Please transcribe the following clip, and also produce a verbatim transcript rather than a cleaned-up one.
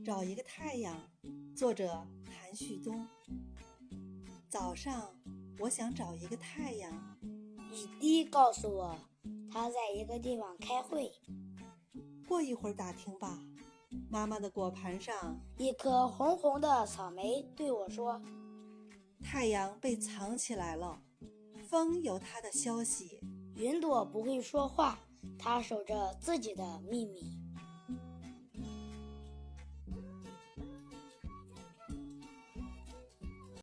找一个太阳，作者韩旭东。早上，我想找一个太阳。 雨滴告诉我，他在一个地方开会。 过一会儿打听吧。妈妈的果盘上， 一颗红红的草莓对我说： 太阳被藏起来了，风有它的消息。 云朵不会说话，它守着自己的秘密。